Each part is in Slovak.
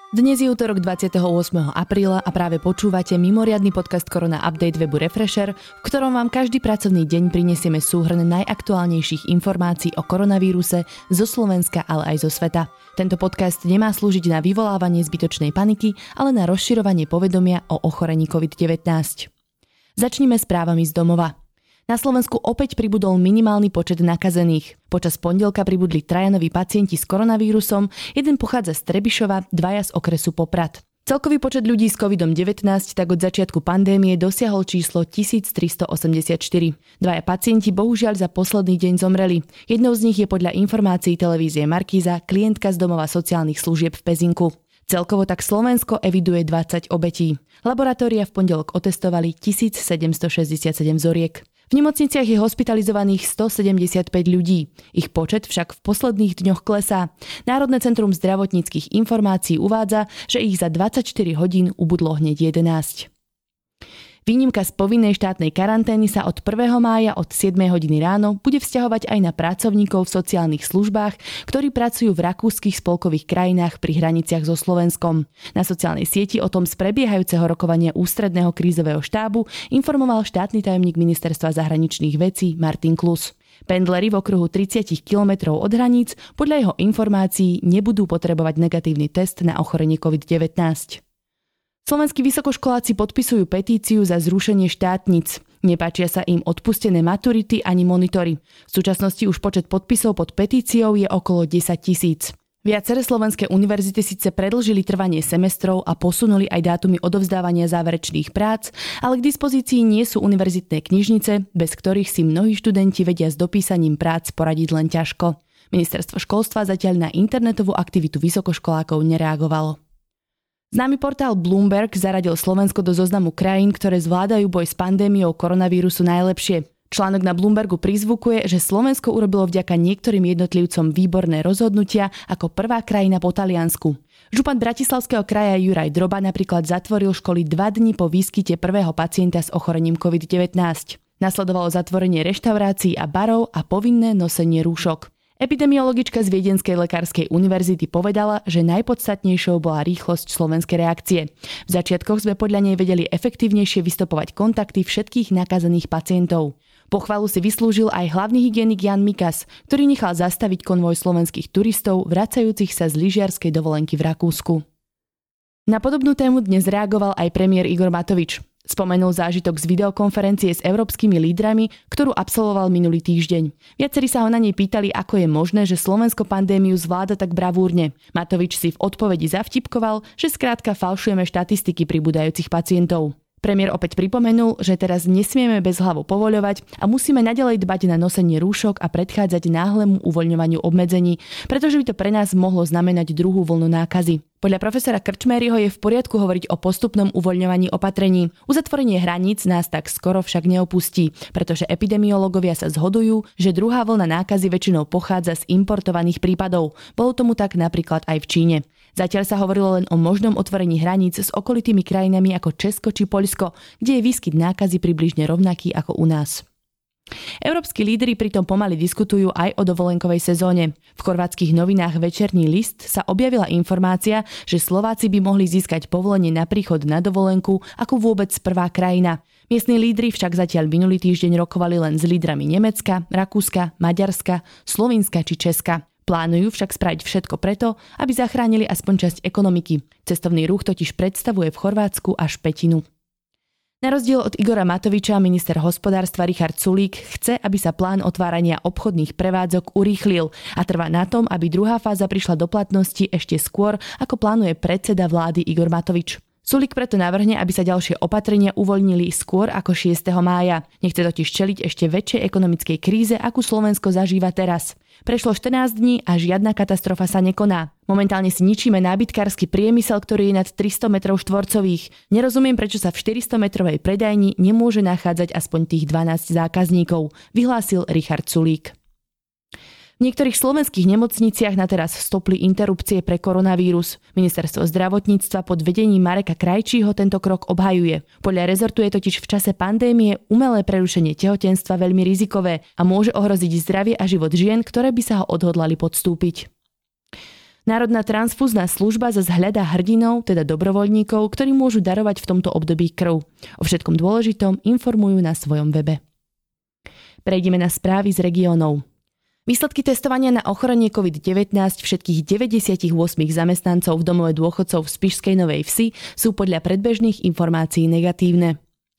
Dnes je útorok 28. apríla a práve počúvate mimoriadny podcast Korona Update webu Refresher, v ktorom vám každý pracovný deň prinesieme súhrn najaktuálnejších informácií o koronavíruse zo Slovenska, ale aj zo sveta. Tento podcast nemá slúžiť na vyvolávanie zbytočnej paniky, ale na rozširovanie povedomia o ochorení COVID-19. Začnime správami z domova. Na Slovensku opäť pribudol minimálny počet nakazených. Počas pondelka pribudli 3 noví pacienti s koronavírusom, jeden pochádza z Trebišova, 2 z okresu Poprad. Celkový počet ľudí s COVID-19 tak od začiatku pandémie dosiahol číslo 1384. 2 pacienti bohužiaľ za posledný deň zomreli. Jednou z nich je podľa informácií televízie Markíza klientka z domova sociálnych služieb v Pezinku. Celkovo tak Slovensko eviduje 20 obetí. Laboratória v pondelok otestovali 1767 vzoriek. V nemocniciach je hospitalizovaných 175 ľudí. Ich počet však v posledných dňoch klesá. Národné centrum zdravotníckych informácií uvádza, že ich za 24 hodín ubudlo hneď 11. Výnimka z povinnej štátnej karantény sa od 1. mája od 7 hodiny ráno bude vzťahovať aj na pracovníkov v sociálnych službách, ktorí pracujú v rakúskych spolkových krajinách pri hraniciach so Slovenskom. Na sociálnej sieti o tom z prebiehajúceho rokovania ústredného krízového štábu informoval štátny tajomník ministerstva zahraničných vecí Martin Klus. Pendleri v okruhu 30 km od hraníc podľa jeho informácií nebudú potrebovať negatívny test na ochorenie COVID-19. Slovenskí vysokoškoláci podpisujú petíciu za zrušenie štátnic. Nepáčia sa im odpustené maturity ani monitory. V súčasnosti už počet podpisov pod petíciou je okolo 10 000. Viaceré slovenské univerzity síce predĺžili trvanie semestrov a posunuli aj dátumy odovzdávania záverečných prác, ale k dispozícii nie sú univerzitné knižnice, bez ktorých si mnohí študenti vedia s dopísaním prác poradiť len ťažko. Ministerstvo školstva zatiaľ na internetovú aktivitu vysokoškolákov nereagovalo. Známy portál Bloomberg zaradil Slovensko do zoznamu krajín, ktoré zvládajú boj s pandémiou koronavírusu najlepšie. Článok na Bloombergu prizvukuje, že Slovensko urobilo vďaka niektorým jednotlivcom výborné rozhodnutia ako prvá krajina po Taliansku. Župan Bratislavského kraja Juraj Droba napríklad zatvoril školy 2 dni po výskyte prvého pacienta s ochorením COVID-19. Nasledovalo zatvorenie reštaurácií a barov a povinné nosenie rúšok. Epidemiologička z Viedenskej lekárskej univerzity povedala, že najpodstatnejšou bola rýchlosť slovenskej reakcie. V začiatkoch sme podľa nej vedeli efektívnejšie vystopovať kontakty všetkých nakazených pacientov. Pochvalu si vyslúžil aj hlavný hygienik Jan Mikas, ktorý nechal zastaviť konvoj slovenských turistov vracajúcich sa z lyžiarskej dovolenky v Rakúsku. Na podobnú tému dnes reagoval aj premiér Igor Matovič. Spomenul zážitok z videokonferencie s európskymi lídrami, ktorú absolvoval minulý týždeň. Viacerí sa ho na nej pýtali, ako je možné, že Slovensko pandémiu zvláda tak bravúrne. Matovič si v odpovedi zavtipkoval, že skrátka falšujeme štatistiky pribúdajúcich pacientov. Premiér opäť pripomenul, že teraz nesmieme bezhlavo povoľovať a musíme naďalej dbať na nosenie rúšok a predchádzať náhlemu uvoľňovaniu obmedzení, pretože by to pre nás mohlo znamenať druhú vlnu nákazy. Podľa profesora Krčméryho je v poriadku hovoriť o postupnom uvoľňovaní opatrení. Uzatvorenie hraníc nás tak skoro však neopustí, pretože epidemiológovia sa zhodujú, že druhá vlna nákazy väčšinou pochádza z importovaných prípadov. Bolo tomu tak napríklad aj v Číne. Zatiaľ sa hovorilo len o možnom otvorení hraníc s okolitými krajinami ako Česko či Poľsko, kde je výskyt nákazy približne rovnaký ako u nás. Európski lídri pritom pomaly diskutujú aj o dovolenkovej sezóne. V chorvátskych novinách Večerný list sa objavila informácia, že Slováci by mohli získať povolenie na príchod na dovolenku ako vôbec prvá krajina. Miestni lídri však zatiaľ minulý týždeň rokovali len s lídrami Nemecka, Rakúska, Maďarska, Slovinska či Česka. Plánujú však spraviť všetko preto, aby zachránili aspoň časť ekonomiky. Cestovný ruch totiž predstavuje v Chorvátsku až 1/5. Na rozdiel od Igora Matoviča minister hospodárstva Richard Sulík chce, aby sa plán otvárania obchodných prevádzok urýchlil a trvá na tom, aby druhá fáza prišla do platnosti ešte skôr, ako plánuje predseda vlády Igor Matovič. Sulík preto navrhne, aby sa ďalšie opatrenia uvoľnili skôr ako 6. mája. Nechce totiž čeliť ešte väčšej ekonomickej kríze, akú Slovensko zažíva teraz. Prešlo 14 dní a žiadna katastrofa sa nekoná. Momentálne si ničíme nábytkársky priemysel, ktorý je nad 300 m2. Nerozumiem, prečo sa v 400-metrovej predajni nemôže nachádzať aspoň tých 12 zákazníkov, vyhlásil Richard Sulík. V niektorých slovenských nemocniciach na teraz stopli interrupcie pre koronavírus. Ministerstvo zdravotníctva pod vedením Mareka Krajčího tento krok obhajuje. Podľa rezortu je totiž v čase pandémie umelé prerušenie tehotenstva veľmi rizikové a môže ohroziť zdravie a život žien, ktoré by sa ho odhodlali podstúpiť. Národná transfúzna služba zase hľadá hrdinov, teda dobrovoľníkov, ktorí môžu darovať v tomto období krv. O všetkom dôležitom informujú na svojom webe. Prejdeme na správy z regiónov. Výsledky testovania na ochorenie COVID-19 všetkých 98 zamestnancov v domove dôchodcov v Spišskej Novej Vsi sú podľa predbežných informácií negatívne.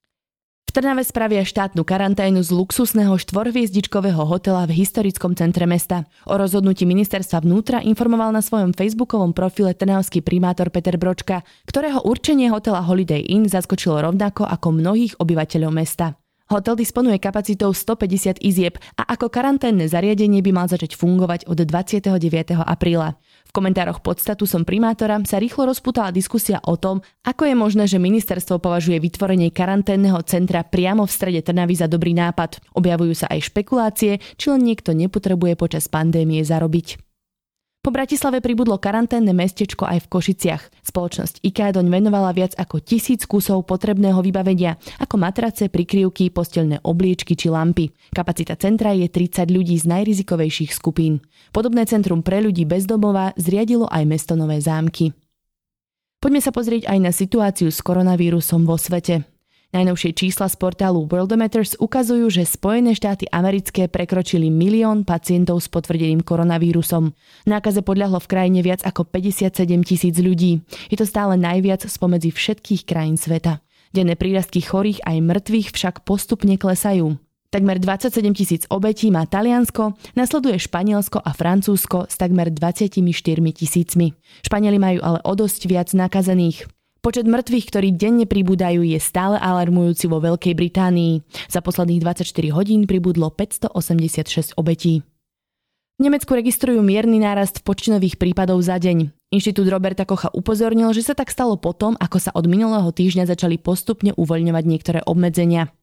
V Trnave spravia štátnu karanténu z luxusného 4-hviezdičkového hotela v historickom centre mesta. O rozhodnutí ministerstva vnútra informoval na svojom facebookovom profile trnavský primátor Peter Bročka, ktorého určenie hotela Holiday Inn zaskočilo rovnako ako mnohých obyvateľov mesta. Hotel disponuje kapacitou 150 izieb a ako karanténne zariadenie by mal začať fungovať od 29. apríla. V komentároch pod statusom primátora sa rýchlo rozputala diskusia o tom, ako je možné, že ministerstvo považuje vytvorenie karanténneho centra priamo v strede Trnavy za dobrý nápad. Objavujú sa aj špekulácie, či len niekto nepotrebuje počas pandémie zarobiť. Po Bratislave pribudlo karanténne mestečko aj v Košiciach. Spoločnosť IKEA doň venovala viac ako 1000 kusov potrebného vybavenia, ako matrace, prikryvky, posteľné obliečky či lampy. Kapacita centra je 30 ľudí z najrizikovejších skupín. Podobné centrum pre ľudí bez domova zriadilo aj mesto Nové Zámky. Poďme sa pozrieť aj na situáciu s koronavírusom vo svete. Najnovšie čísla z portálu Worldometers ukazujú, že Spojené štáty americké prekročili 1 000 000 pacientov s potvrdeným koronavírusom. Nákaze podľahlo v krajine viac ako 57 000 ľudí. Je to stále najviac spomedzi všetkých krajín sveta. Denné prírastky chorých aj mŕtvych však postupne klesajú. Takmer 27 000 obetí má Taliansko, nasleduje Španielsko a Francúzsko s takmer 24 000. Španieli majú ale o dosť viac nakazených. Počet mŕtvych, ktorí denne pribúdajú, je stále alarmujúci vo Veľkej Británii. Za posledných 24 hodín pribudlo 586 obetí. V Nemecku registrujú mierny nárast počtových prípadov za deň. Inštitút Roberta Kocha upozornil, že sa tak stalo potom, ako sa od minulého týždňa začali postupne uvoľňovať niektoré obmedzenia.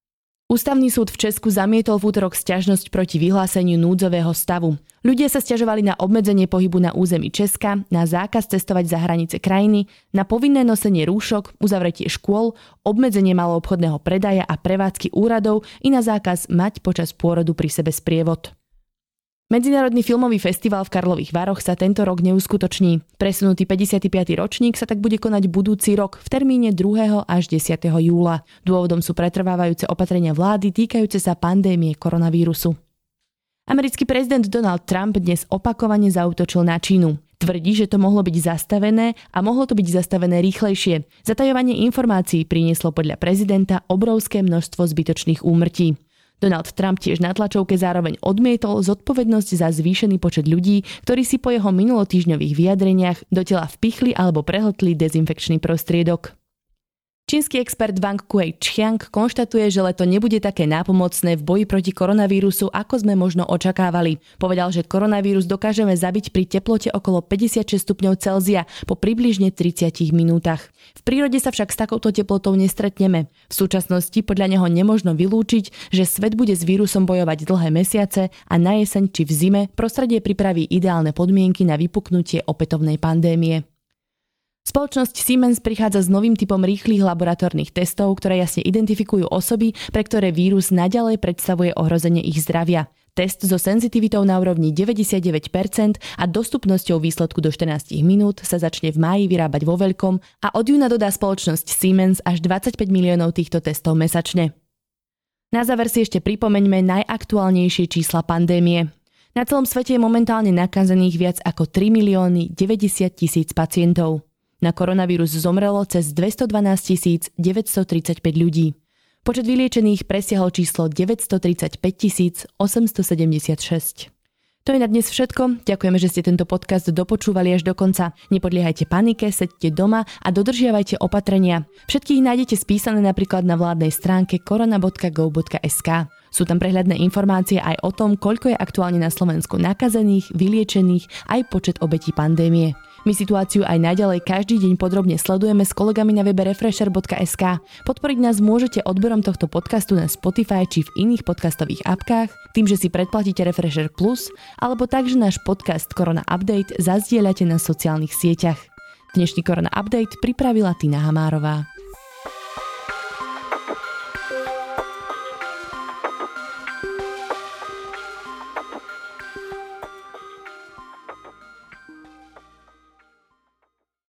Ústavný súd v Česku zamietol v útorok sťažnosť proti vyhláseniu núdzového stavu. Ľudia sa sťažovali na obmedzenie pohybu na území Česka, na zákaz cestovať za hranice krajiny, na povinné nosenie rúšok, uzavretie škôl, obmedzenie maloobchodného predaja a prevádzky úradov i na zákaz mať počas pôrodu pri sebe sprievod. Medzinárodný filmový festival v Karlových Varoch sa tento rok neuskutoční. Presunutý 55. ročník sa tak bude konať budúci rok v termíne 2. až 10. júla. Dôvodom sú pretrvávajúce opatrenia vlády týkajúce sa pandémie koronavírusu. Americký prezident Donald Trump dnes opakovane zaútočil na Čínu. Tvrdí, že to mohlo byť zastavené a mohlo to byť zastavené rýchlejšie. Zatajovanie informácií prinieslo podľa prezidenta obrovské množstvo zbytočných úmrtí. Donald Trump tiež na tlačovke zároveň odmietol zodpovednosť za zvýšený počet ľudí, ktorí si po jeho minulotýždňových vyjadreniach do tela vpichli alebo prehltli dezinfekčný prostriedok. Čínsky expert Wang Kuei-Čiang konštatuje, že leto nebude také nápomocné v boji proti koronavírusu, ako sme možno očakávali. Povedal, že koronavírus dokážeme zabiť pri teplote okolo 56 stupňov Celzia po približne 30 minútach. V prírode sa však s takouto teplotou nestretneme. V súčasnosti podľa neho nemožno vylúčiť, že svet bude s vírusom bojovať dlhé mesiace a na jeseň či v zime prostredie pripraví ideálne podmienky na vypuknutie opätovnej pandémie. Spoločnosť Siemens prichádza s novým typom rýchlych laboratórnych testov, ktoré jasne identifikujú osoby, pre ktoré vírus naďalej predstavuje ohrozenie ich zdravia. Test so senzitivitou na úrovni 99% a dostupnosťou výsledku do 14 minút sa začne v máji vyrábať vo veľkom a od júna dodá spoločnosť Siemens až 25 miliónov týchto testov mesačne. Na záver si ešte pripomeňme najaktuálnejšie čísla pandémie. Na celom svete je momentálne nakazených viac ako 3 090 000 pacientov. Na koronavírus zomrelo cez 212 935 ľudí. Počet vyliečených presiahol číslo 935 876. To je na dnes všetko. Ďakujeme, že ste tento podcast dopočúvali až do konca. Nepodliehajte panike, sedte doma a dodržiavajte opatrenia. Všetkých nájdete spísané napríklad na vládnej stránke korona.gov.sk. Sú tam prehľadné informácie aj o tom, koľko je aktuálne na Slovensku nakazených, vyliečených, aj počet obetí pandémie. My situáciu aj naďalej každý deň podrobne sledujeme s kolegami na webe refresher.sk. Podporiť nás môžete odberom tohto podcastu na Spotify či v iných podcastových apkách, tým, že si predplatíte Refresher Plus, alebo tak, že náš podcast Korona Update zazdieľate na sociálnych sieťach. Dnešný Korona Update pripravila Tina Hamárová.